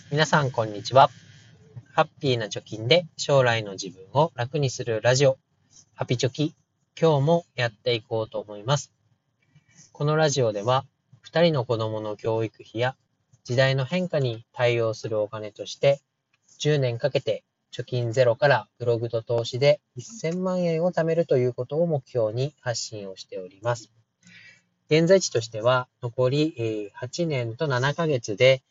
皆さんこんにちは。ハッピーな貯金で将来の自分を楽にするラジオ、ハピチョキ、今日もやっていこうと思います。このラジオでは、2人の子供の教育費や時代の変化に対応するお金として、10年かけて貯金ゼロからブログと投資で1000万円を貯めるということを目標に発信をしております。現在地としては、残り8年と7ヶ月で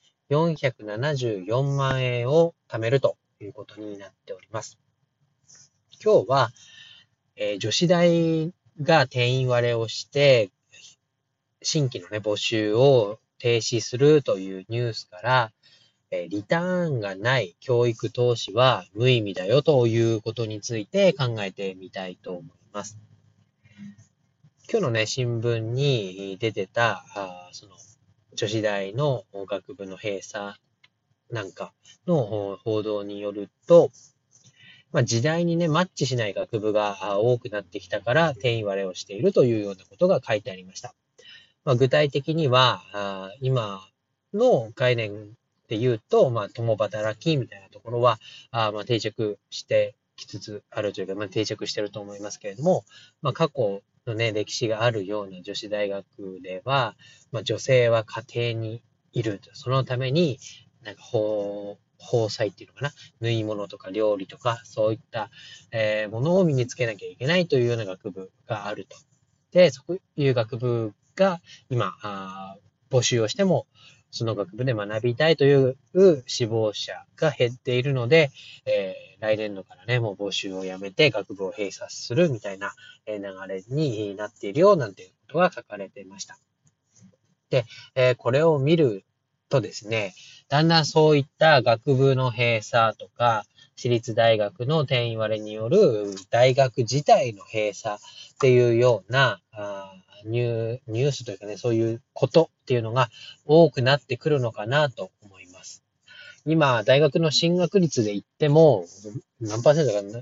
474万円を貯めるということになっております。今日は、女子大が定員割れをして、新規の、募集を停止するというニュースから、リターンがない教育投資は無意味だよということについて考えてみたいと思います。今日の新聞に出てた、その女子大の学部の閉鎖なんかの報道によると、時代にマッチしない学部が多くなってきたから定員割れをしているというようなことが書いてありました。具体的には、今の概念で言うと、共働きみたいなところは、定着してきつつあるというか、定着していると思いますけれども、過去の歴史があるような女子大学では、女性は家庭にいる。そのために、縫製っていうのかな、縫い物とか料理とか、そういった、ものを身につけなきゃいけないというような学部があると。で、そういう学部が今、募集をしても、その学部で学びたいという志望者が減っているので、来年度からもう募集をやめて学部を閉鎖するみたいな流れになっているよなんていうことが書かれていました。で、これを見るとですね、だんだんそういった学部の閉鎖とか、私立大学の定員割れによる大学自体の閉鎖っていうようなニュースというかそういうことっていうのが多くなってくるのかなと思います。今、大学の進学率で言っても、何パーセントかな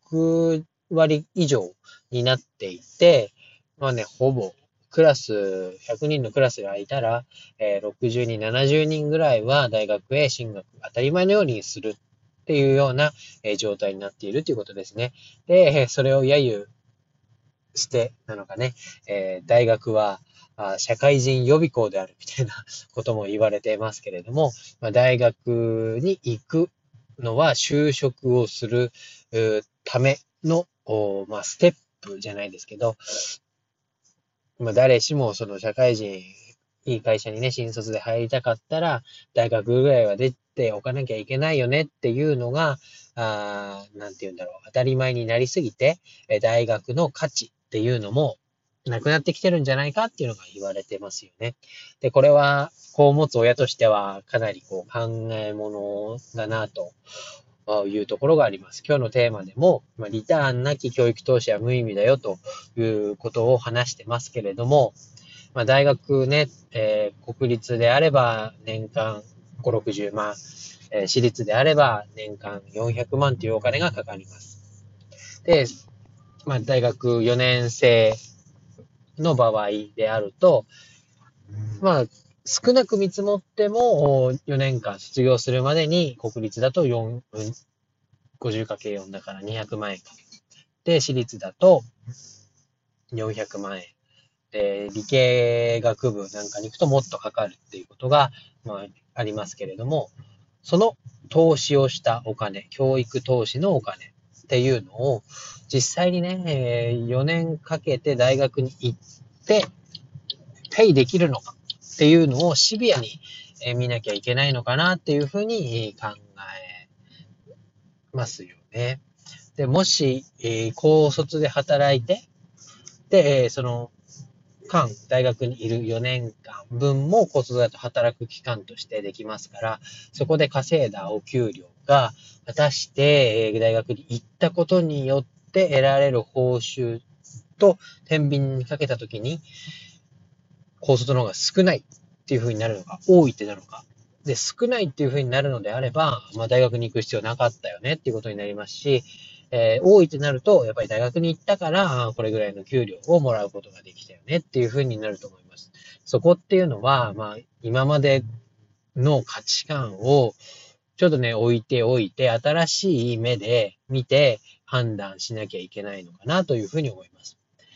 ?6 割以上になっていて、ほぼクラス、100人のクラスがいたら、60人、70人ぐらいは大学へ進学、当たり前のようにするっていうような、状態になっているということですね。で、それを揶揄してなのかね、大学は社会人予備校であるみたいなことも言われていますけれども、大学に行くのは就職をするための、ステップじゃないですけど、誰しもその社会人、いい会社に新卒で入りたかったら、大学ぐらいは出ておかなきゃいけないよねっていうのが、なんて言うんだろう、当たり前になりすぎて、大学の価値っていうのもなくなってきてるんじゃないかっていうのが言われてますよね。で、これは、子を持つ親としてはかなり考え物だなというところがあります。今日のテーマでも、リターンなき教育投資は無意味だよということを話してますけれども、大学国立であれば年間5、60万、私立であれば年間400万というお金がかかります。で、大学4年生の場合であると、少なく見積もっても4年間卒業するまでに国立だと50×4 だから200万円かけて、私立だと400万円。理系学部なんかに行くともっとかかるっていうことが、ありますけれども、その投資をしたお金、教育投資のお金っていうのを実際に4年かけて大学に行ってペイできるのかっていうのをシビアに見なきゃいけないのかなっていうふうに考えますよね。で、もし、高卒で働いて、で、その大学にいる4年間分も高卒だと働く期間としてできますから、そこで稼いだお給料が、果たして、大学に行ったことによって得られる報酬と天秤にかけたときに、高卒の方が少ないっていう風になるのか、多いってなるのか。で、少ないっていう風になるのであれば、大学に行く必要なかったよねっていうことになりますし、多いってなると、やっぱり大学に行ったから、これぐらいの給料をもらうことができたよねっていう風になると思います。そこっていうのは、今までの価値観をちょっとね、置いておいて、新しい目で見て判断しなきゃいけないのかなというふうに思います。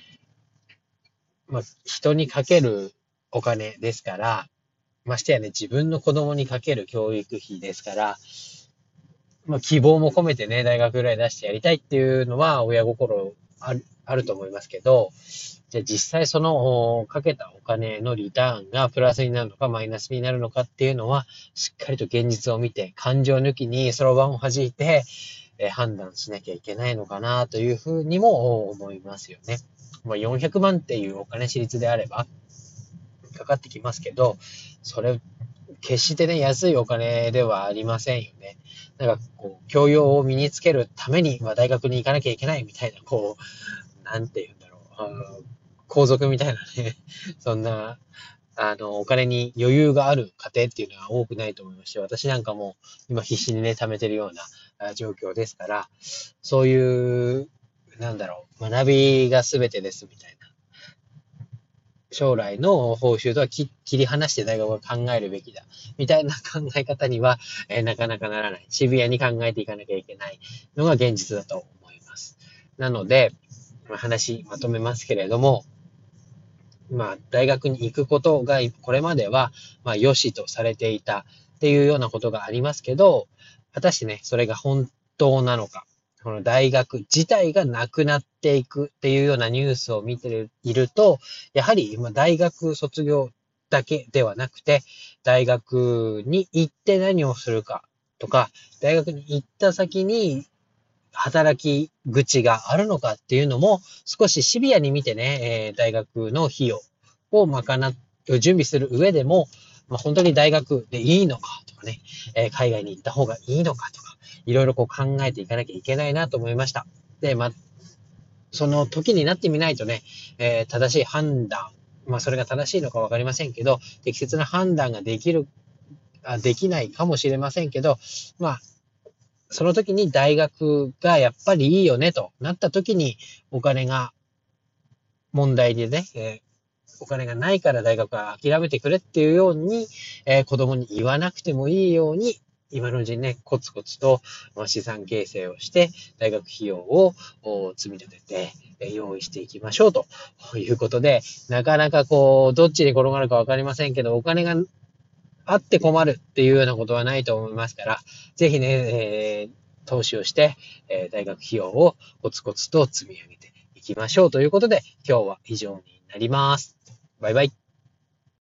人にかけるお金ですから、ましてやね、自分の子供にかける教育費ですから、希望も込めてね、大学ぐらい出してやりたいっていうのは親心あると思いますけど、じゃあ実際そのかけたお金のリターンがプラスになるのかマイナスになるのかっていうのは、しっかりと現実を見て、感情抜きにそろばんを弾いて、判断しなきゃいけないのかなというふうにも思いますよね。400万っていうお金私立であればかかってきますけど、それ決してね、安いお金ではありませんよね。なんか教養を身につけるために、大学に行かなきゃいけないみたいな、なんて言うんだろう。皇族みたいなね、そんな、お金に余裕がある家庭っていうのは多くないと思いまして、私なんかも今必死にね、貯めてるような状況ですから、そういう、学びが全てですみたいな。将来の報酬とは切り離して大学は考えるべきだ。みたいな考え方には、なかなかならない。シビアに考えていかなきゃいけないのが現実だと思います。なので、話まとめますけれども、大学に行くことが、これまでは、良しとされていたっていうようなことがありますけど、果たしてね、それが本当なのか。この大学自体がなくなっていくっていうようなニュースを見ていると、やはり大学卒業だけではなくて、大学に行って何をするかとか、大学に行った先に働き口があるのかっていうのも少しシビアに見てね、大学の費用を準備する上でも、本当に大学でいいのかとかね、海外に行った方がいいのかとか、いろいろ考えていかなきゃいけないなと思いました。で、その時になってみないとね、正しい判断、それが正しいのかわかりませんけど、適切な判断ができないかもしれませんけど、その時に大学がやっぱりいいよねとなった時にお金が問題でね、お金がないから大学は諦めてくれっていうように、子供に言わなくてもいいように、今のうちにね、コツコツと資産形成をして、大学費用を積み立てて、用意していきましょうということで、なかなかどっちに転がるかわかりませんけど、お金があって困るっていうようなことはないと思いますから、ぜひね、投資をして、大学費用をコツコツと積み上げていきましょうということで、今日は以上になります。バイバイ。